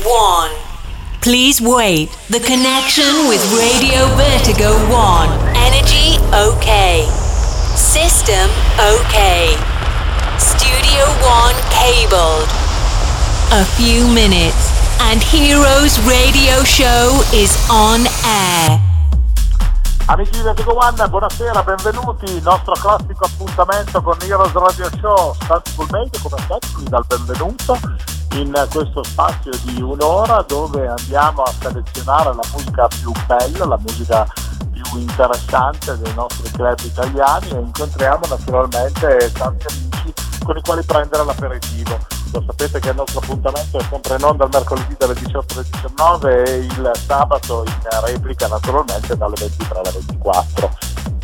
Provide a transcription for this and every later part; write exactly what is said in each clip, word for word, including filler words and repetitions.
one. Please wait. The connection with Radio Vertigo one. Energy okay. System okay. Studio one cabled. A few minutes and Heroes Radio Show is on air. Amici di Vertigo One, buonasera, benvenuti. Il nostro classico appuntamento con Heroes Radio Show. Sul meglio, come sempre, vi dà il benvenuto in questo spazio di un'ora dove andiamo a selezionare la musica più bella, la musica più interessante dei nostri club italiani e incontriamo naturalmente tanti amici con i quali prendere l'aperitivo. Lo sapete che il nostro appuntamento è sempre in onda il mercoledì dalle diciotto alle diciannove e il sabato in replica naturalmente dalle ventitré alle ventiquattro.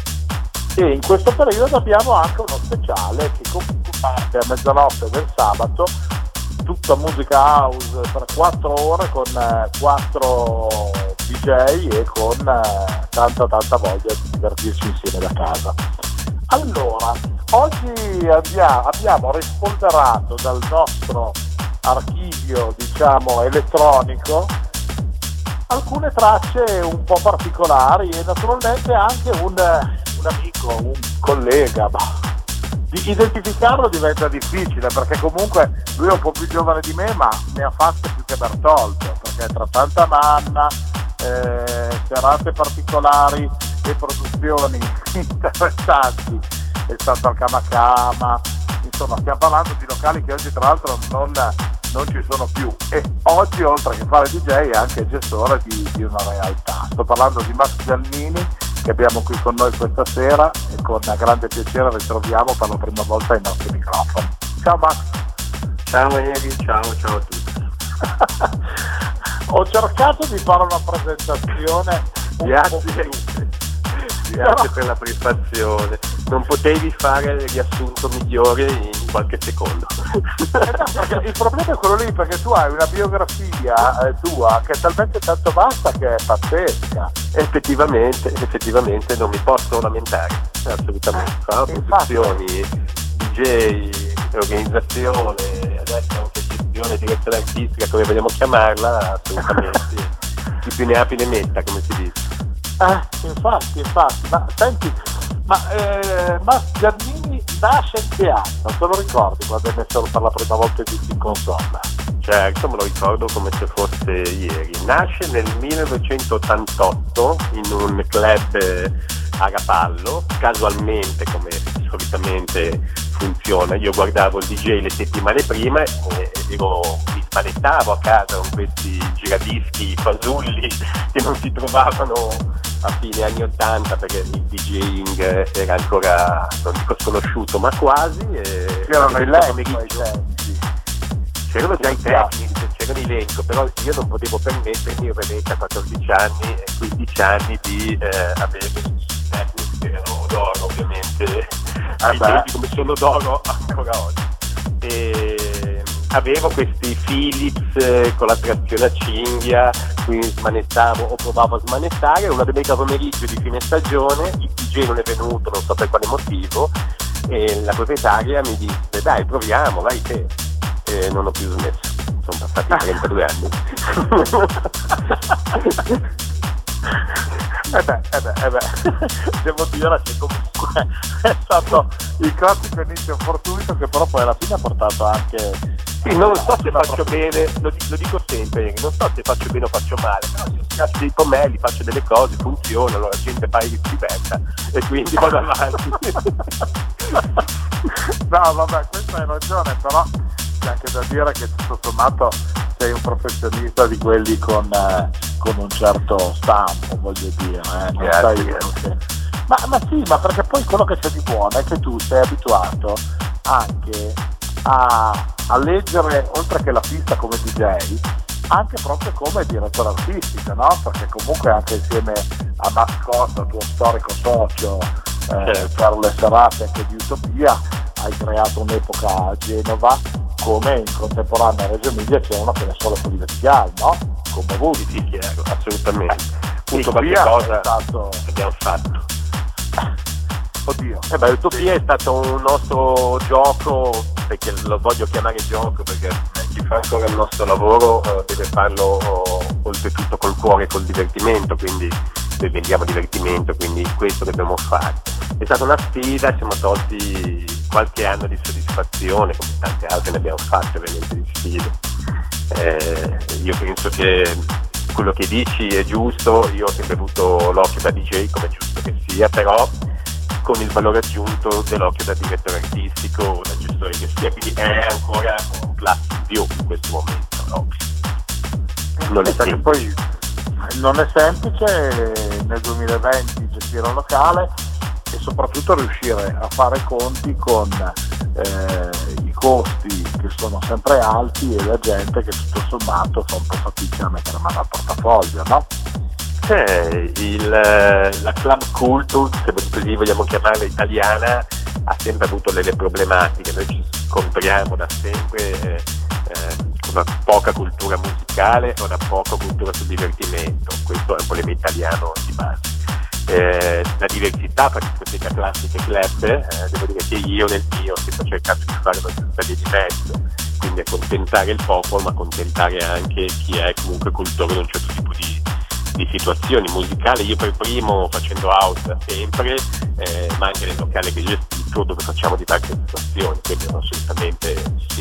E in questo periodo abbiamo anche uno speciale che comunque parte a mezzanotte del sabato, tutta musica house per quattro ore con quattro D J e con tanta tanta voglia di divertirci insieme da casa. Allora, oggi abbiamo, abbiamo rispolverato dal nostro archivio, diciamo, elettronico alcune tracce un po' particolari e naturalmente anche un, un amico, un collega. Bah, di identificarlo diventa difficile perché comunque lui è un po' più giovane di me, ma ne ha fatte più che Bertoldo, perché tra tanta manna, eh, serate particolari e produzioni interessanti è stato al Kama Kama, insomma stiamo parlando di locali che oggi tra l'altro non, non ci sono più e oggi oltre che fare D J è anche gestore di, di una realtà. Sto parlando di Max Giannini che abbiamo qui con noi questa sera e con grande piacere ritroviamo per la prima volta i nostri microfoni. Ciao Max. Ciao Eri, ciao, ciao a tutti. Ho cercato di fare una presentazione un Grazie. po' più. Grazie per la prefazione. Non potevi fare il riassunto migliore in qualche secondo. Eh no, il problema è quello lì, perché tu hai una biografia eh, tua che è talmente tanto vasta che è pazzesca. Effettivamente, effettivamente non mi posso lamentare, assolutamente. Fra Eh, produzioni, D J, organizzazione, adesso anche gestione, direzione artistica, come vogliamo chiamarla, assolutamente. Chi più ne ha più ne metta, come si dice. Eh, infatti, infatti, ma senti, ma eh, Max Giannini nasce in che anno? Te lo ricordi quando hai messo per la prima volta il disco in console? Certo, me lo ricordo come se fosse ieri. Nasce nel millenovecentottantotto in un club a Rapallo, casualmente come solitamente funziona. Io guardavo il D J le settimane prima e ero, mi spanettavo a casa con questi giradischi fasulli che non si trovavano a fine anni ottanta perché il DJing era ancora, non dico sconosciuto, ma quasi. E c'erano i tempi. C'erano già i tecnici, c'erano i elenco, però io non potevo permettermi ovviamente a quattordici anni e quindici anni di eh, avere i tecnici che erano d'oro ovviamente, ai tempi come sono d'oro ancora oggi. E avevo questi Philips eh, con la trazione a cinghia, quindi smanettavo o provavo a smanettare. Una domenica pomeriggio di fine stagione il D J non è venuto, non so per quale motivo, e la proprietaria mi disse dai proviamo, vai te. E non ho più smesso, sono passati trentadue anni. Eh beh, eh beh, eh beh, devo dire che comunque è stato il classico inizio fortuito che però poi alla fine ha portato anche... Sì, non so se faccio bene, lo, lo dico sempre, non so se faccio bene o faccio male, però se si faccio dei pomelli, faccio delle cose, funzionano, la gente pare che si diventa e quindi vado avanti. No, vabbè, questa hai ragione, però c'è anche da dire che tutto sommato sei un professionista di quelli con, eh, con un certo stampo, voglio dire, eh? Non Grazie, sai che... ma, ma sì, ma perché poi quello che c'è di buono è che tu sei abituato anche a, a leggere, oltre che la pista come D J, anche proprio come direttore artistico, no? Perché comunque anche insieme a Mascotta, tuo storico socio, eh, certo, per le serate anche di Utopia, hai creato un'epoca a Genova, come in contemporanea a Reggio Emilia c'è una che ne so le Colline Verticali, no? Come voi. Sì, sì, chiaro, assolutamente. Tutto qualche cosa stato... abbiamo fatto. Oddio. Eh beh, Utopia è stato un nostro gioco perché lo voglio chiamare gioco, perché chi fa ancora il nostro lavoro eh, deve farlo oh, oltretutto col cuore e col divertimento, quindi noi vendiamo divertimento, quindi questo dobbiamo fare. È stata una sfida, ci siamo tolti qualche anno di soddisfazione, come tante altre ne abbiamo fatte ovviamente di sfide. Eh, io penso che quello che dici è giusto, io ho sempre avuto l'occhio da D J, come è giusto che sia, però con il valore aggiunto dell'occhio da direttore artistico o da gestore che sia, quindi è ancora un plus in più in questo momento, no? Non è semplice. Poi non è semplice nel duemilaventi gestire un locale e soprattutto riuscire a fare conti con eh, i costi che sono sempre alti e la gente che tutto sommato fa un po' fatica a mettere mano al portafoglio, no? Eh, il, la club culture, se così vogliamo chiamarla italiana, ha sempre avuto delle problematiche. Noi ci scontriamo da sempre eh, eh, con una poca cultura musicale e una poca cultura sul divertimento. Questo è un problema italiano di base. Eh, la diversità fra discoteca classica e club, eh, devo dire che io nel mio sto cercando di fare una giusta via di mezzo, quindi accontentare il popolo ma accontentare anche chi è comunque cultore in un certo tipo di di situazioni musicali. Io per primo, facendo house da sempre, eh, ma anche nel locale che gestisco dove facciamo diverse situazioni, quindi assolutamente sì.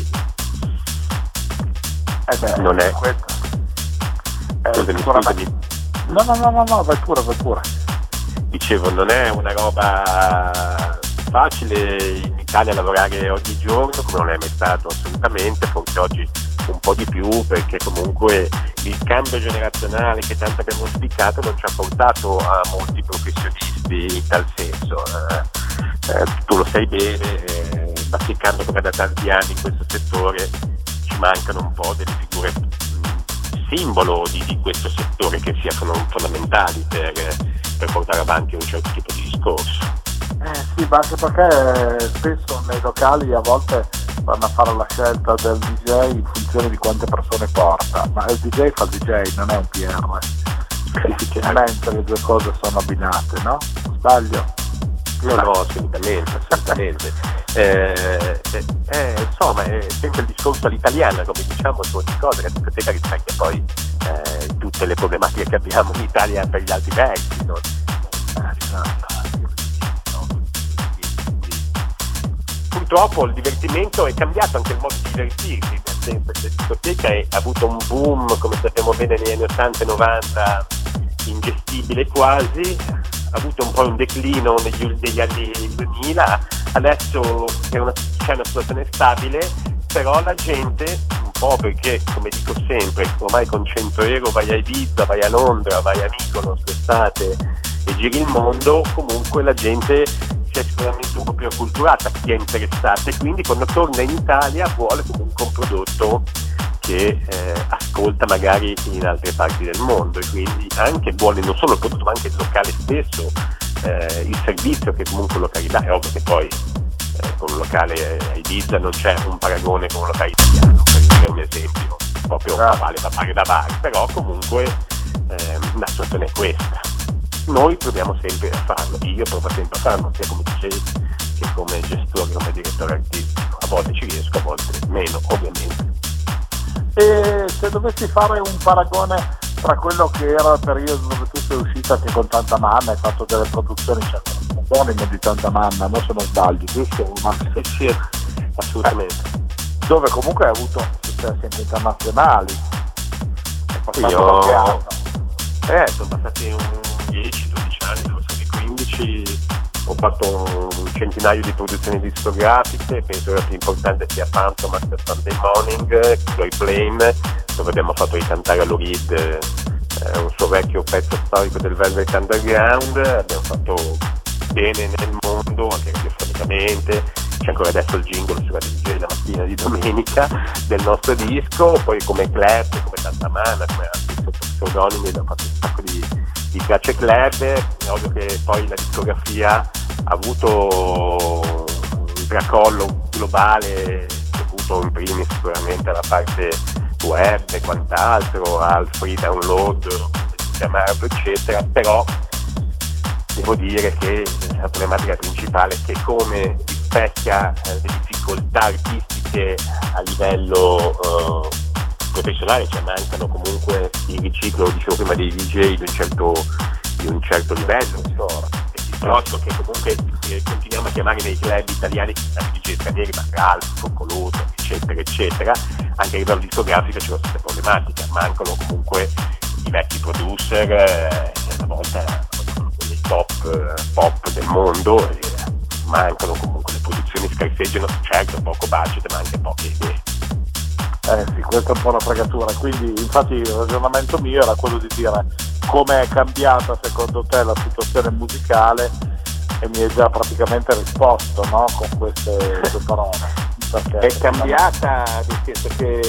Eh beh, non è questo è scusami, sicuramente... scusami. No, no, no, no, no, vai pure, vai pure. Dicevo, non è una roba facile in Italia lavorare ogni giorno, come non è mai stato assolutamente, forse oggi un po' di più, perché comunque il cambio generazionale che tanto abbiamo auspicato non ci ha portato a molti professionisti in tal senso. Eh, eh, tu lo sai bene, eh, bazzicando come da tanti anni in questo settore ci mancano un po' delle figure mh, simbolo di, di questo settore che siano fondamentali per, per portare avanti un certo tipo di discorso. Eh sì, ma anche perché spesso nei locali a volte vanno a fare la scelta del D J in funzione di quante persone porta, ma il D J fa il D J, non è un P R. Difficilmente le due cose sono abbinate, no? Sbaglio? No, no, assolutamente, assolutamente. eh, eh, eh, insomma, è sempre il discorso all'italiana, come diciamo su ogni cosa, la discoteca rispecchia poi eh, tutte le problematiche che abbiamo in Italia per gli altri versi, no? Purtroppo il divertimento è cambiato, anche il modo di divertirsi, nel senso che la discoteca ha avuto un boom, come sappiamo bene, negli anni ottanta e novanta, ingestibile quasi, ha avuto un po' un declino negli, negli anni duemila, adesso è una, c'è una situazione stabile, però la gente, un po' perché, come dico sempre, ormai con cento euro vai a Ibiza, vai a Londra, vai a Mykonos quest'estate e giri il mondo, comunque la gente è sicuramente un po' più acculturata, chi è interessata, e quindi quando torna in Italia vuole comunque un prodotto che eh, ascolta magari in altre parti del mondo, e quindi anche vuole non solo il prodotto ma anche il locale stesso, eh, il servizio che comunque un locale dà. È ovvio che poi eh, con un locale a Ibiza non c'è un paragone con un locale italiano, per dire un esempio proprio vale da fare da bar, però comunque eh, la situazione è questa. Noi proviamo sempre a farlo, io provo sempre a farlo, sia come D J che come gestore, come direttore artistico. A volte ci riesco, a volte meno, ovviamente. E se dovessi fare un paragone tra quello che era il periodo dove tu sei uscita anche con Tanta Manna, hai fatto delle produzioni, cioè un omonimo di Tanta Manna, non se non sbaglio, giusto? Ma sì, sì, assolutamente. Eh, dove comunque hai avuto successi anche internazionali. È passato io... qualche anno. Eh, sono passati un dieci dodici anni, forse quindici, ho fatto un centinaio di produzioni discografiche, penso che la più importante sia Phantom After Sunday Morning, Glory Flame, dove abbiamo fatto ricantare a Lou Reed eh, un suo vecchio pezzo storico del Velvet Underground, abbiamo fatto bene nel mondo, anche radiofonicamente, c'è ancora adesso il jingle sulla D J la mattina di domenica del nostro disco, poi come club, come Tanta Manna, come altri sotto pseudonimi abbiamo fatto un sacco di di tracce club. È ovvio che poi la discografia ha avuto un tracollo globale dovuto in primis sicuramente alla parte web e quant'altro, al free download, chiamarlo eccetera, però devo dire che la problematica principale è che come rispecchia eh, le difficoltà artistiche che a livello uh, professionale, cioè mancano comunque il riciclo, dicevo prima, dei D J di un certo, di un certo livello, discorso che comunque eh, continuiamo a chiamare nei club italiani D J stranieri, ma Ralph, Coccoluto, eccetera eccetera. Anche a livello discografico c'è la stessa problematica, mancano comunque i vecchi producer, eh, una volta quelli top eh, pop del mondo, eh, mancano comunque le produzioni, scarseggiano, certo poco budget ma anche poche idee. Eh sì, questa è un po' una fregatura, quindi infatti il ragionamento mio era quello di dire come è cambiata secondo te la situazione musicale, e mi hai già praticamente risposto, no? Con queste due parole. Perché è cambiata, nel senso che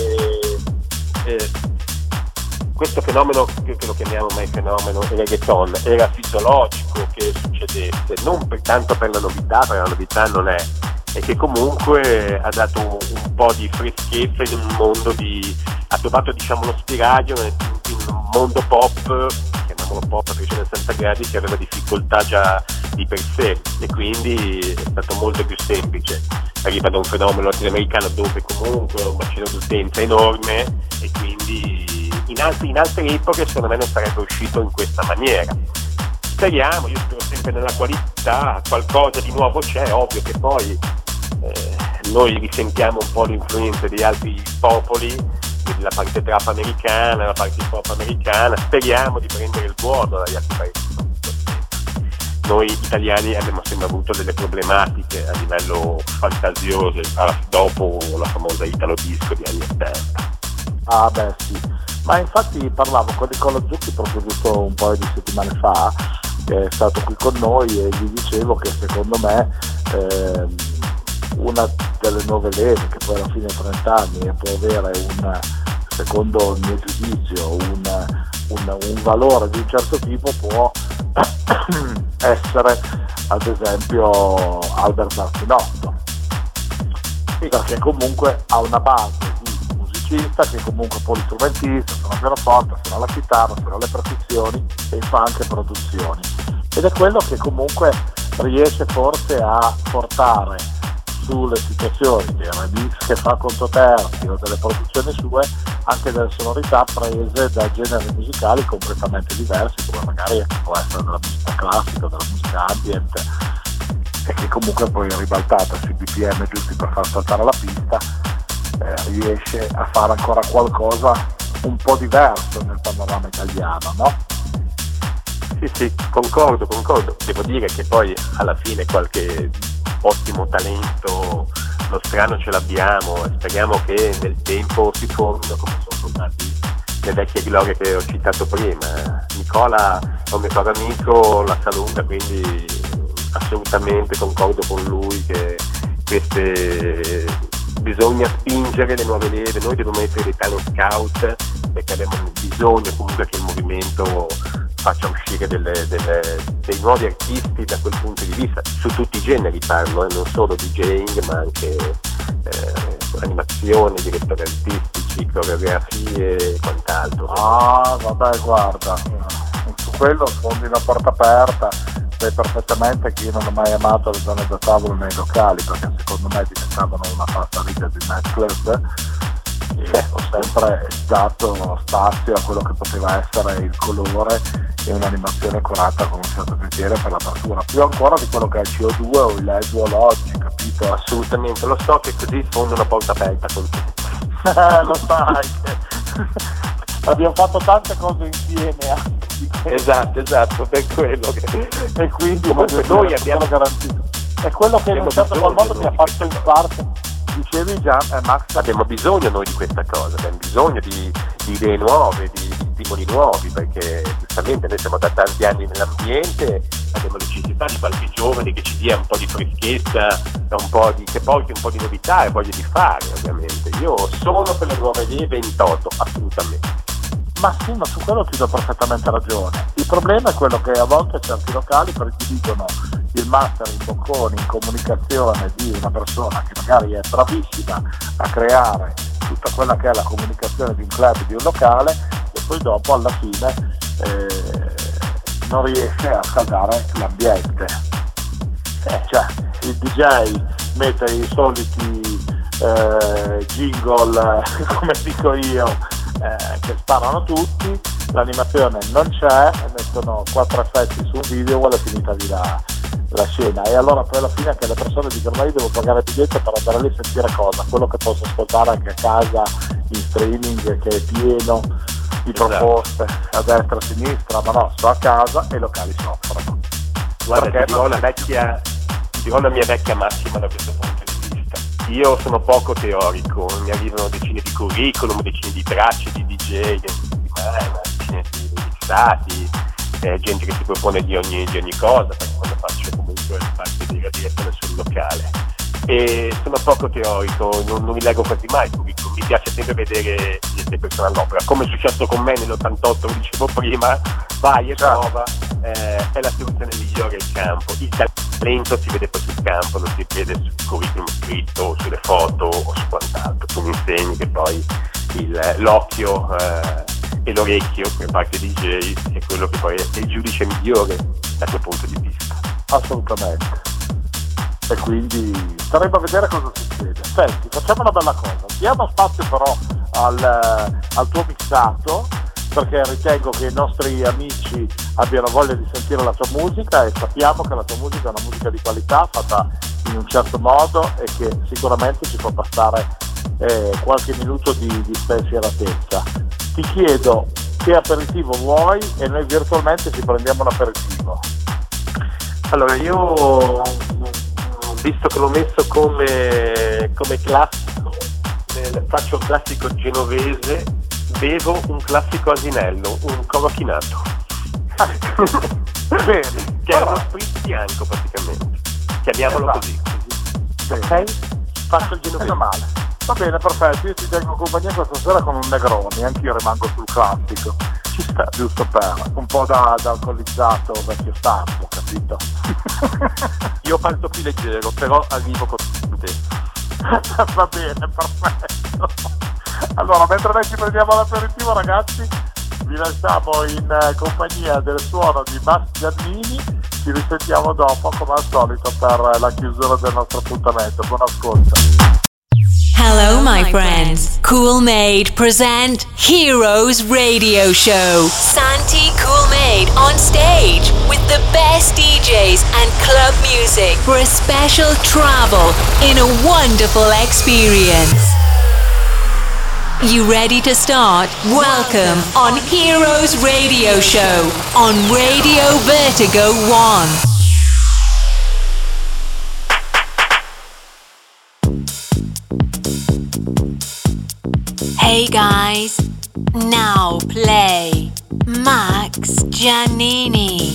eh, questo fenomeno, che lo chiamiamo mai fenomeno reggaeton, era fisiologico che succedesse, non per, tanto per la novità, perché la novità non è, e che comunque ha dato un po' di freschezza in un mondo di, ha trovato diciamo lo spiraglio in, in un mondo pop, chiamiamolo pop a trecentosessanta gradi, che aveva difficoltà già di per sé, e quindi è stato molto più semplice. Arriva da un fenomeno latinoamericano dove comunque un bacino d'utenza enorme, e quindi in, altri, in altre epoche secondo me non sarebbe uscito in questa maniera. Speriamo, io spero sempre nella qualità, qualcosa di nuovo c'è, ovvio che poi eh, noi risentiamo un po' l'influenza di altri popoli, la parte trap americana, la parte pop americana, speriamo di prendere il buono dagli altri paesi. Noi italiani abbiamo sempre avuto delle problematiche a livello fantasioso dopo la famosa Italo Disco di anni ottanta. Ah beh sì, ma infatti parlavo con Nicola Zucchi proprio giusto un paio di settimane fa, che è stato qui con noi, e gli dicevo che secondo me eh, una delle nuove leve, che poi alla fine a trenta anni può avere un, secondo il mio giudizio, un, un, un valore di un certo tipo, può essere ad esempio Albert Martinotto, perché comunque ha una base di musicista che comunque polistrumentista, suona il pianoforte, suona la chitarra, suona le percussioni e fa anche produzioni, ed è quello che comunque riesce forse a portare sulle situazioni dei remix che fa conto terzi o delle produzioni sue anche delle sonorità prese da generi musicali completamente diversi, come magari può essere della musica classica, della musica ambient, e che comunque poi ribaltata sui B P M giusti per far saltare la pista eh, riesce a fare ancora qualcosa un po' diverso nel panorama italiano, no? Sì, sì, concordo, concordo. Devo dire che poi alla fine qualche ottimo talento nostrano ce l'abbiamo, e speriamo che nel tempo si formino come sono formati le vecchie glorie che ho citato prima. Nicola è un mio caro amico, la saluta, quindi assolutamente concordo con lui che queste bisogna spingere le nuove leve, noi dobbiamo essere dei talent scout, perché abbiamo bisogno comunque che il movimento faccia uscire delle, delle, dei nuovi artisti da quel punto di vista, su tutti i generi parlo, eh, non solo DJing ma anche eh, animazione, direttori artistici, coreografie e quant'altro. Ah vabbè, guarda, su quello sfondi una porta aperta, sai perfettamente che io non ho mai amato le zone da tavolo nei locali, perché secondo me diventavano una falsariga di nightclub, e ho sempre dato spazio a quello che poteva essere il colore e un'animazione curata con un certo criterio per l'apertura, più ancora di quello che è il C O due o il L E D o l'oggi, capito? Assolutamente, lo so che così sfondo una porta aperta con te. Lo sai che abbiamo fatto tante cose insieme anche. Esatto, esatto, per quello che... E quindi comunque noi abbiamo garantito. È quello che in un certo qual modo mi ha fatto in parte. Dicevi già, eh, Max? Abbiamo bisogno noi di questa cosa, abbiamo bisogno di, di idee nuove, di, di stimoli nuovi, perché giustamente noi siamo da tanti anni nell'ambiente, abbiamo necessità di qualche giovane che ci dia un po' di freschezza, un po' di, che porti un po' di novità e voglia di fare, ovviamente. Io sono per le nuove leve in toto, assolutamente. Ma sì, ma su quello ti do perfettamente ragione. Il problema è quello che a volte certi locali prediligono il master in bocconi, in comunicazione di una persona che magari è bravissima a creare tutta quella che è la comunicazione di un club, di un locale, e poi dopo alla fine eh, non riesce a scaldare l'ambiente. Eh, cioè il D J mette i soliti eh, jingle, come dico io, eh, che sparano tutti, l'animazione non c'è, mettono quattro effetti su un video e è finita lì la, la scena, e allora poi alla fine anche le persone dicono ma io devo pagare il biglietto per andare lì a sentire cosa, quello che posso ascoltare anche a casa in streaming, che è pieno di proposte a destra e a sinistra, ma no, sto a casa e i locali soffrono. Guarda, ti dirò, una vecchia, ti dirò una mia vecchia massima da questo punto di vista. Io sono poco teorico, mi arrivano decine di curriculum, decine di tracce di D J, di man, decine di mixati, eh, gente che si propone di ogni, di ogni cosa, perché quando faccio comunque parte della direzione sul locale. E sono poco teorico, non, non mi leggo quasi mai, mi piace sempre vedere le persone all'opera, come è successo con me nell'ottantotto, lo dicevo prima, vai e prova, eh, è la soluzione migliore il campo, il talento si vede poi sul campo, non si vede sul curriculum scritto, sulle foto o su quant'altro, tu mi insegni che poi il, l'occhio eh, e l'orecchio per parte di D J è quello che poi è il giudice migliore da quel punto di vista. Assolutamente. E quindi staremo a vedere cosa succede. Senti, facciamo una bella cosa, diamo spazio però al, al tuo mixato, perché ritengo che i nostri amici abbiano voglia di sentire la tua musica e sappiamo che la tua musica è una musica di qualità, fatta in un certo modo e che sicuramente ci può bastare eh, qualche minuto di, di spensieratezza. Ti chiedo che aperitivo vuoi e noi virtualmente ci prendiamo un aperitivo. Allora, io, visto che l'ho messo come, come classico, eh, faccio un classico genovese, bevo un classico asinello, un colochinato. Bene. Che è uno spritz bianco praticamente. Chiamiamolo esatto. così. Bene. Ok? Faccio il genovese. Meno male. Va bene, perfetto, io ti tengo compagnia questa sera con un Negroni, anch'io rimango sul classico. Ci sta, giusto per un po' da, da alcolizzato vecchio stampo, capito? Io parto più leggero, però arrivo con te. Va bene, perfetto. Allora, mentre noi ci prendiamo l'aperitivo, ragazzi, vi lasciamo in eh, compagnia del suono di Max Giannini. Ci risentiamo dopo, come al solito, per la chiusura del nostro appuntamento. Buon ascolto. Hello, my friends. Cool-Made present Heroes Radio Show. Santi Cool-Made on stage with the best D Js and club music for a special travel in a wonderful experience. You ready to start? Welcome on Heroes Radio Show on Radio Vertigo One. Hey guys, now play Max Giannini.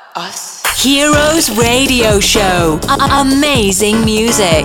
Us. Heroes Radio Show. A- amazing music.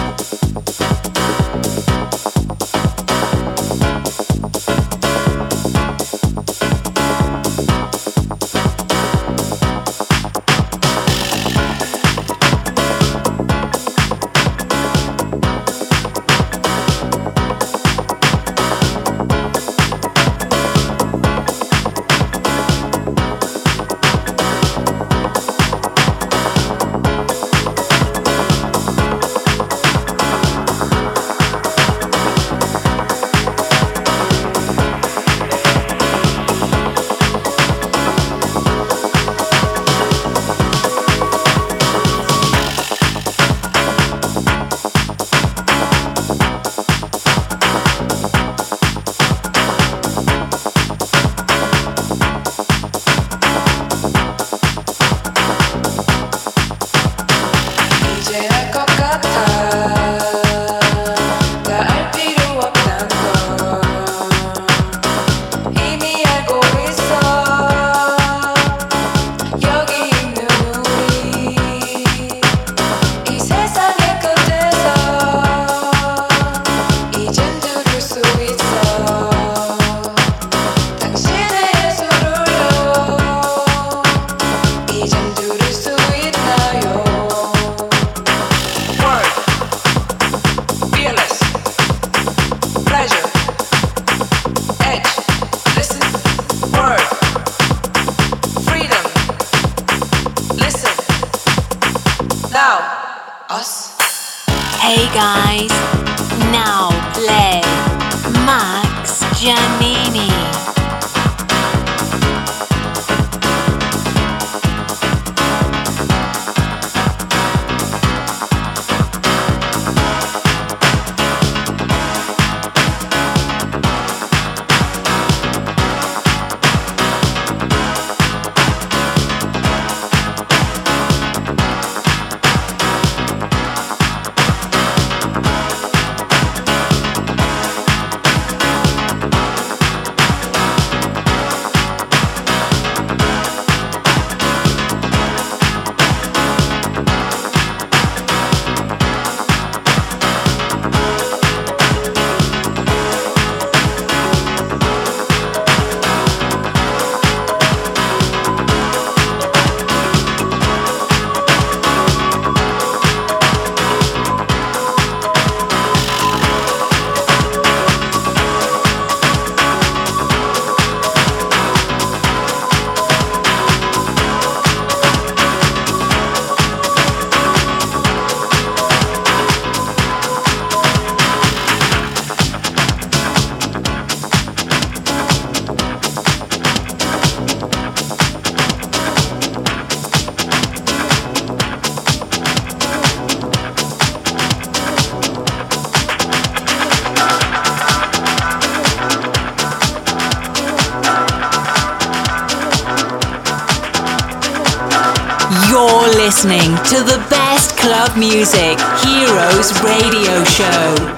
Listening to the best club music, Heroes Radio Show.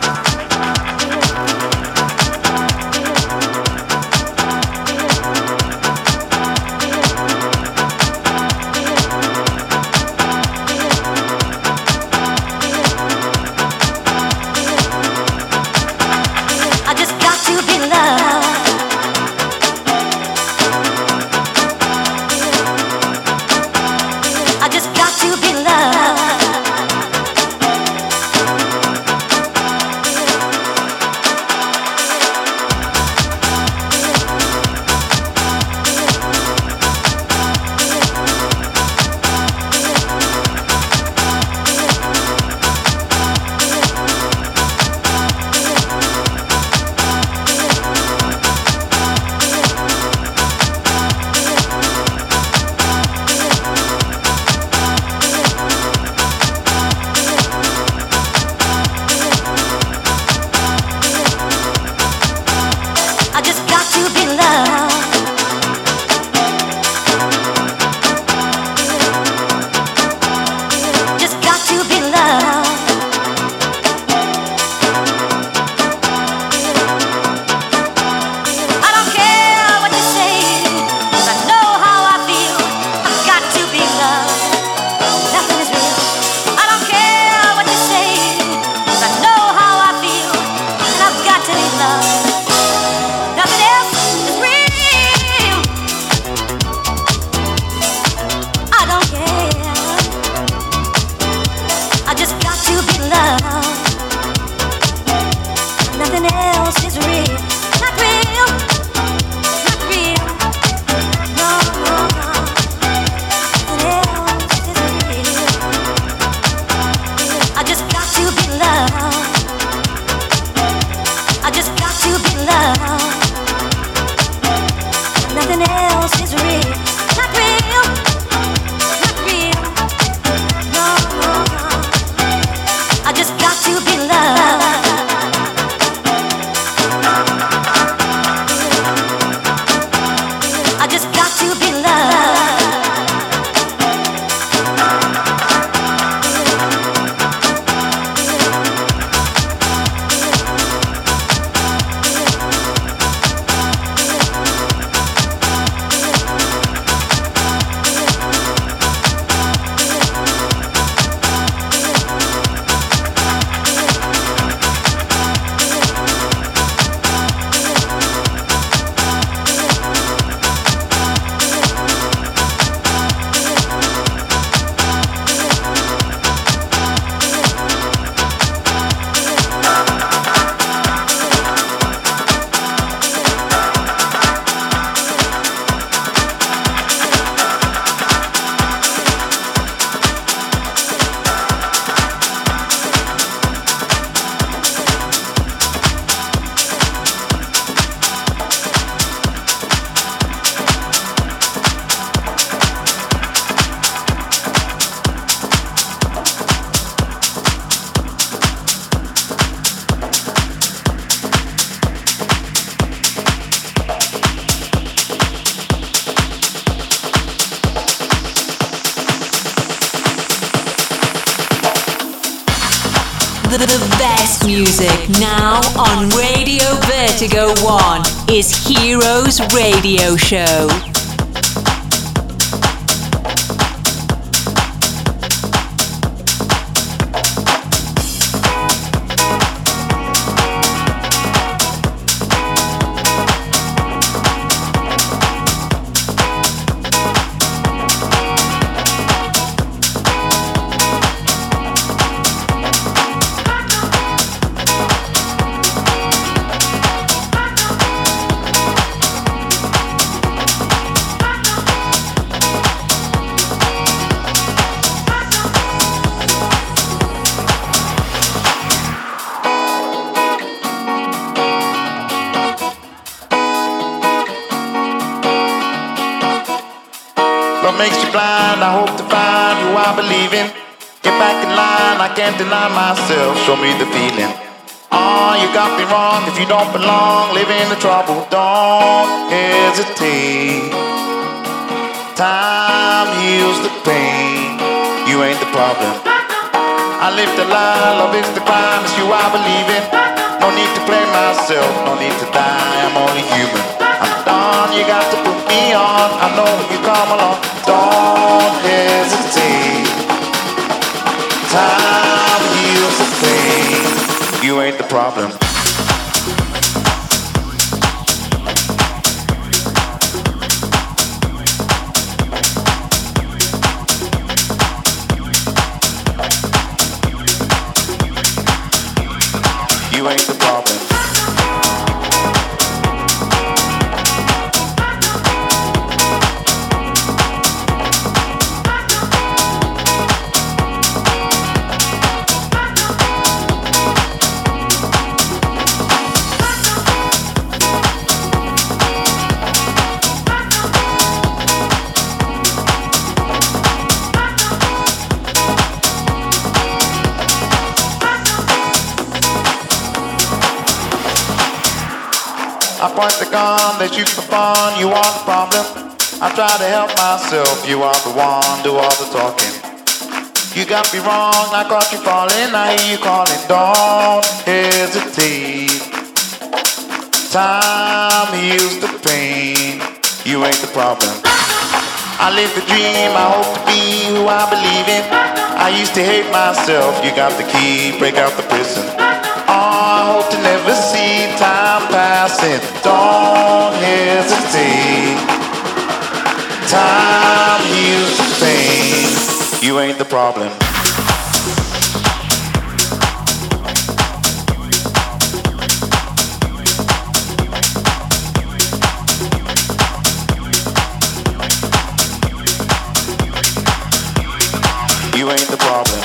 Got to be loved. The best music now on Radio Vertigo One is Heroes Radio Show. Can't deny myself, show me the feeling. Oh, you got me wrong if you don't belong. Live in the trouble, don't hesitate. Time heals the pain, you ain't the problem. I live the lie, love is the crime, it's you I believe in. No need to play myself, no need to die, I'm only human. I'm done, you got to put me on, I know when you come along. Don't hesitate. Time heals the pain, you ain't the problem. You ain't the problem. I point the gun, they shoot the fun, you are the problem. I try to help myself, you are the one, do all the talking. You got me wrong, I caught you falling, I hear you calling, don't hesitate. Time heals the pain, you ain't the problem. I live the dream, I hope to be who I believe in. I used to hate myself, you got the key, break out the prison. Oh, I hope to never see time passing. Don't hesitate. Time heals the pain. You ain't the problem. You ain't the problem.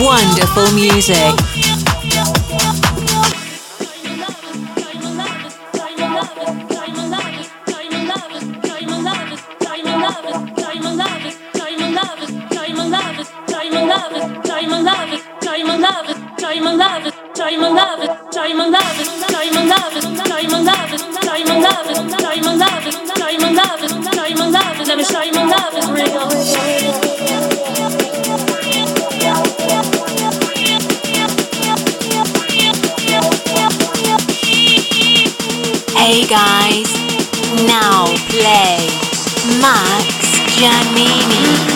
wonderful music. Let me show you my love is real. Hey guys, now play Max Giannini.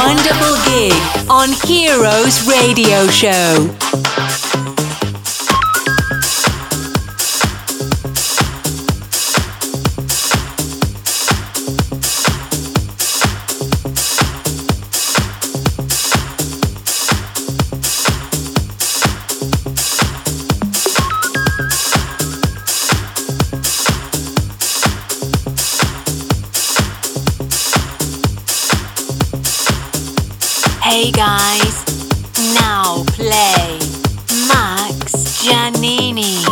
wonderful gig on Heroes Radio Show. Hey guys, now play Max Giannini.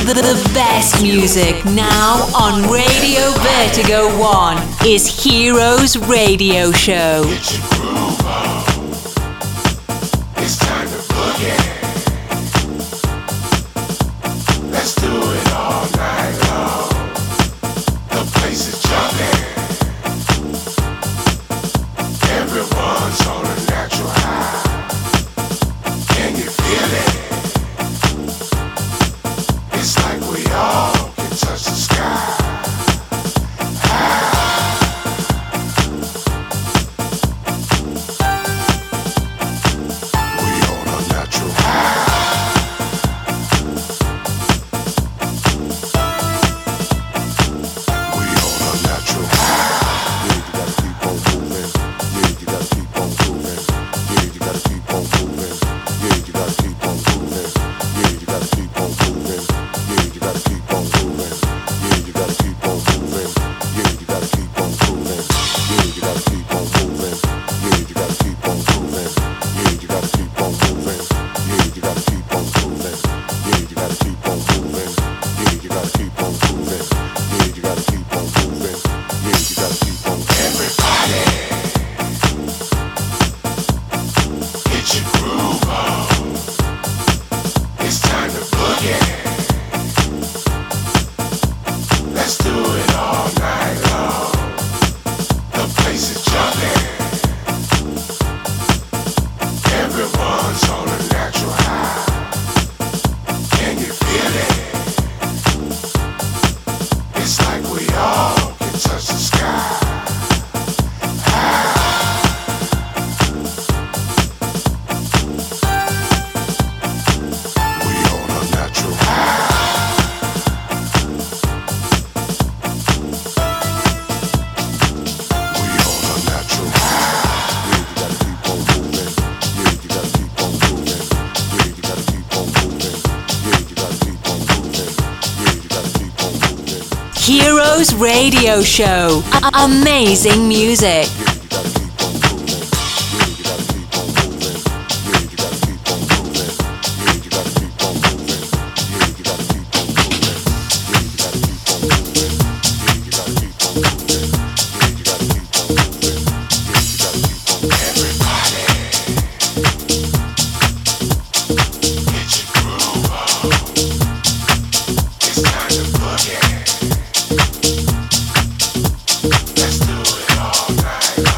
The, the best music now on Radio Vertigo One is Heroes Radio Show. Get your groove on. It's time to boogie. Let's do it all night long. The place is jumping. Everyone's on a natural high. Can you feel it? It's like we all can touch the sky. Heroes Radio Show. A- amazing music. Let's do it all night.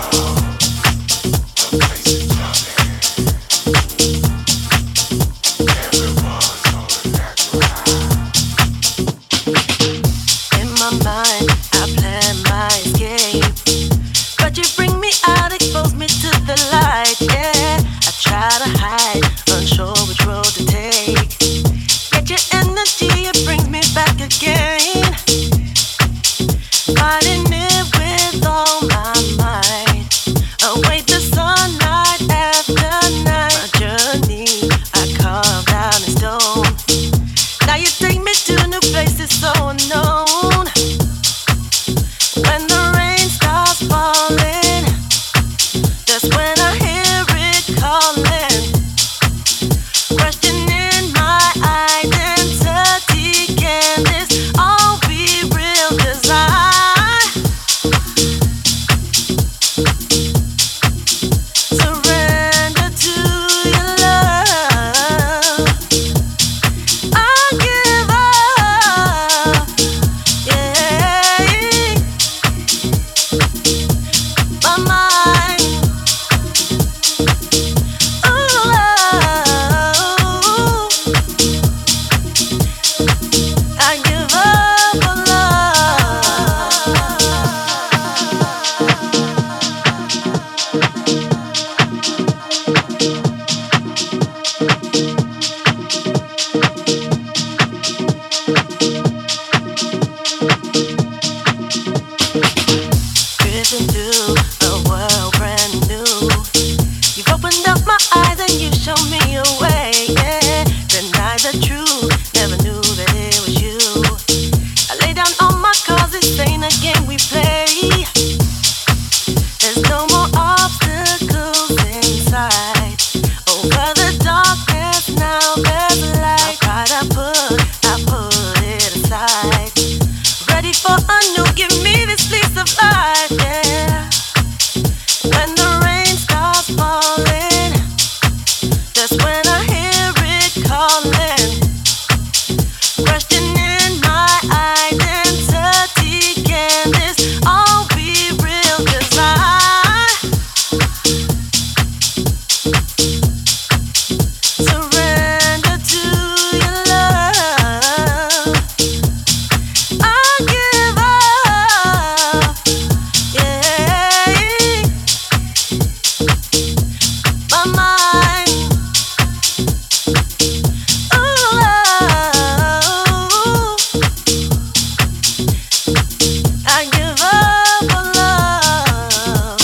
questioning my identity. Can this all be real? 'Cause I surrender to your love. I give up, yeah. My mind, ooh, I give up on love.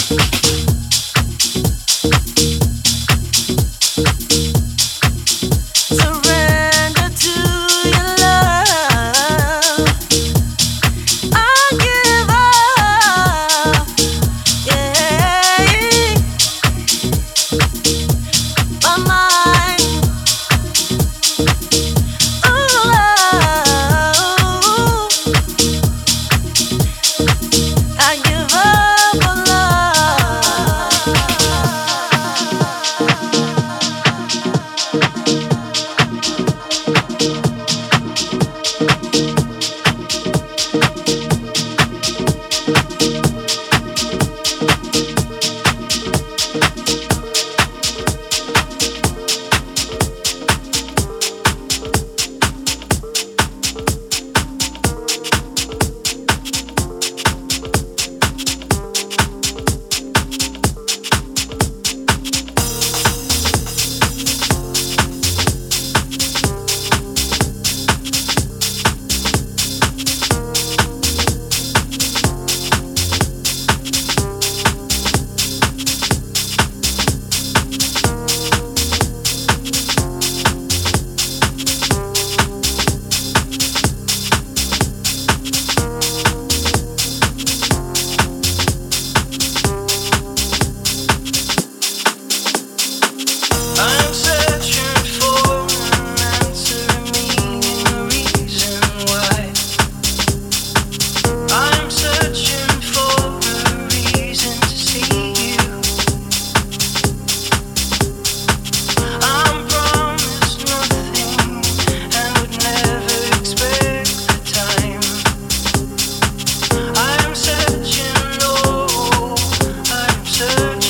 Surrender to your love. I give up, yeah. My mind, ooh, I give up on love. I'm searching for an answer, meaning, a reason why. I'm searching for a reason to see you. I'm promised nothing and would never expect the time. I'm searching, oh, I'm searching.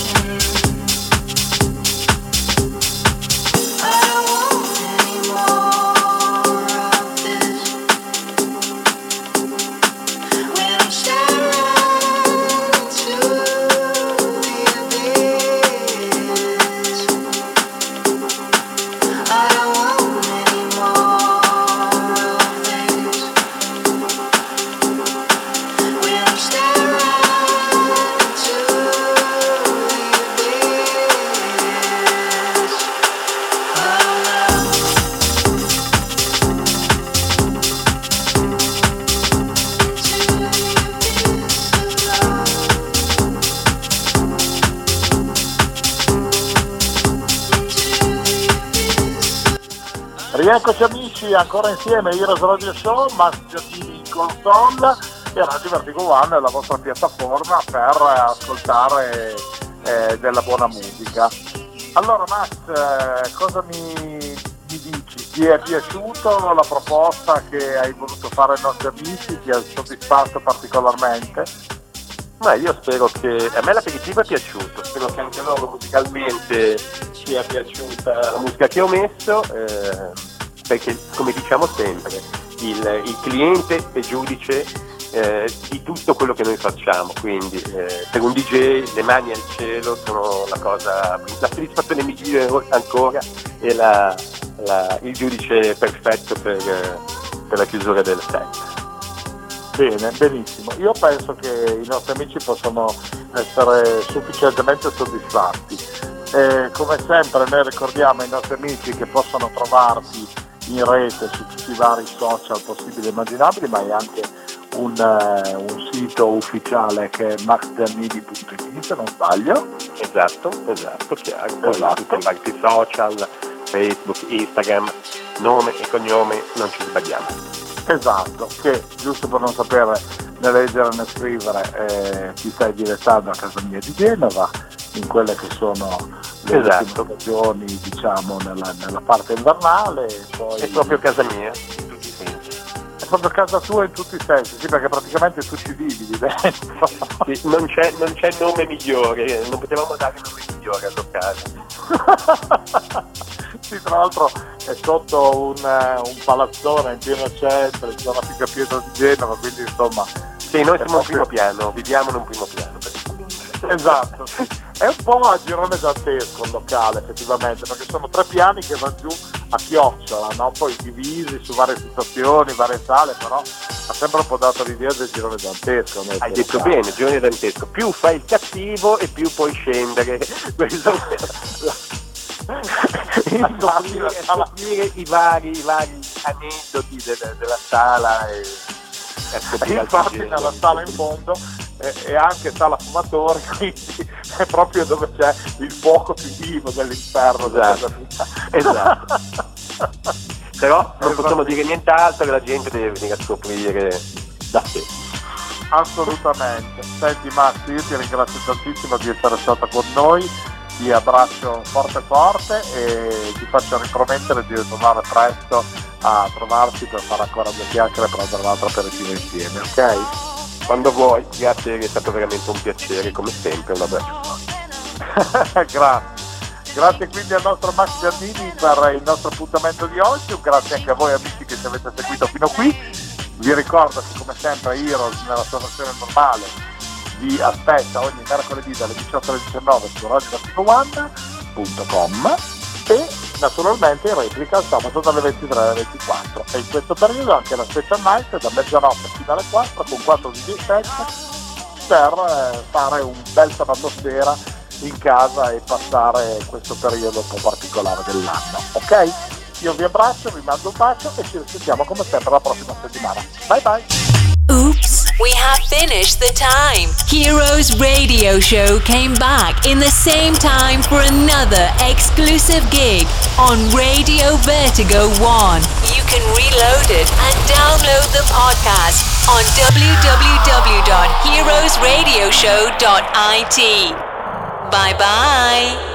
I don't want any more of this. When I'm staring into the abyss, I don't want any more of this. When I'm staring into the abyss, oh no. Rieccoci amici, ancora insieme, Heroes Radio Show, Max Giardini in console e Radio Vertigo One è la vostra piattaforma per ascoltare eh, della buona musica. Allora Max, eh, cosa mi, mi dici? Ti è piaciuto la proposta che hai voluto fare ai nostri amici? Ti ha soddisfatto particolarmente? Ma io spero che a me l'aperitivo è piaciuto, spero che anche a loro musicalmente sia piaciuta la musica che ho messo, eh, perché come diciamo sempre il, il cliente è giudice eh, di tutto quello che noi facciamo, quindi eh, per un D J le mani al cielo sono la cosa, la soddisfazione migliore ancora e la, la, il giudice perfetto per, per la chiusura del set. Bene, benissimo. Io penso che i nostri amici possano essere sufficientemente soddisfatti. Eh, come sempre noi ricordiamo ai nostri amici che possono trovarti in rete su tutti i vari social possibili e immaginabili, ma hai anche un, eh, un sito ufficiale che è max giannini punto it, se non sbaglio. Esatto, esatto, chiaro. Poi Esatto. tutti i vari social, Facebook, Instagram, nome e cognome, non ci sbagliamo. Esatto, che giusto per non sapere né leggere né scrivere eh, ti stai direttando a casa mia di Genova, in quelle che sono le Esatto. ultime stagioni, diciamo, nella, nella parte invernale. E poi... È proprio casa mia, in tutti i sensi. proprio casa tua in tutti i sensi, sì, perché praticamente tu ci vivi lì dentro. Sì, non, c'è, non c'è nome migliore, non potevamo dare nome migliore al locale. Sì, tra l'altro è sotto un, un palazzone in pieno centro, in zona Figa Pietro di Genova, quindi insomma... Sì, noi siamo proprio... in primo piano, viviamo in un primo piano. Esatto, sì. È un po' a girone dantesco il locale effettivamente, perché sono tre piani che vanno giù a chiocciola, no? Poi divisi su varie situazioni, varie sale, però ha sempre un po' dato l'idea del girone dantesco. Hai detto locale. Bene, girone dantesco, più fai il cattivo e più puoi scendere. Questo scoprire, scoprire i vari, i vari aneddoti de- della sala e, e infatti nella sala in fondo è, è anche sala fumatori, quindi è proprio dove c'è il fuoco più vivo dell'inferno. Esatto, esatto. Però non possiamo dire nient'altro, che la gente deve venire a scoprire da sé. Assolutamente. Senti Max, io ti ringrazio tantissimo di essere stata con noi, ti abbraccio forte forte e ti faccio ripromettere di tornare presto a trovarci per fare ancora due chiacchiere e prendere un altro aperitivo insieme, ok? Quando vuoi, grazie, è stato veramente un piacere, come sempre, un abbraccio. Grazie. Grazie quindi al nostro Max Giannini per il nostro appuntamento di oggi, grazie anche a voi amici che ci avete seguito fino qui. Vi ricordo che come sempre Heroes nella sua versione normale vi aspetta ogni mercoledì dalle diciotto alle diciannove su radio one punto com e naturalmente in replica sabato dalle ventitré alle ventiquattro, e in questo periodo anche la Special Night da mezzanotte fino alle quattro con quattro D J set per eh, fare un bel sabato sera in casa e passare questo periodo un po' particolare dell'anno, ok? Io vi abbraccio, vi mando un bacio e ci risentiamo come sempre la prossima settimana. Bye bye! Oops, we have finished the time. Heroes Radio Show came back in the same time for another exclusive gig on Radio Vertigo One. You can reload it and download the podcast on w w w dot heroes radio show dot i t. Bye bye.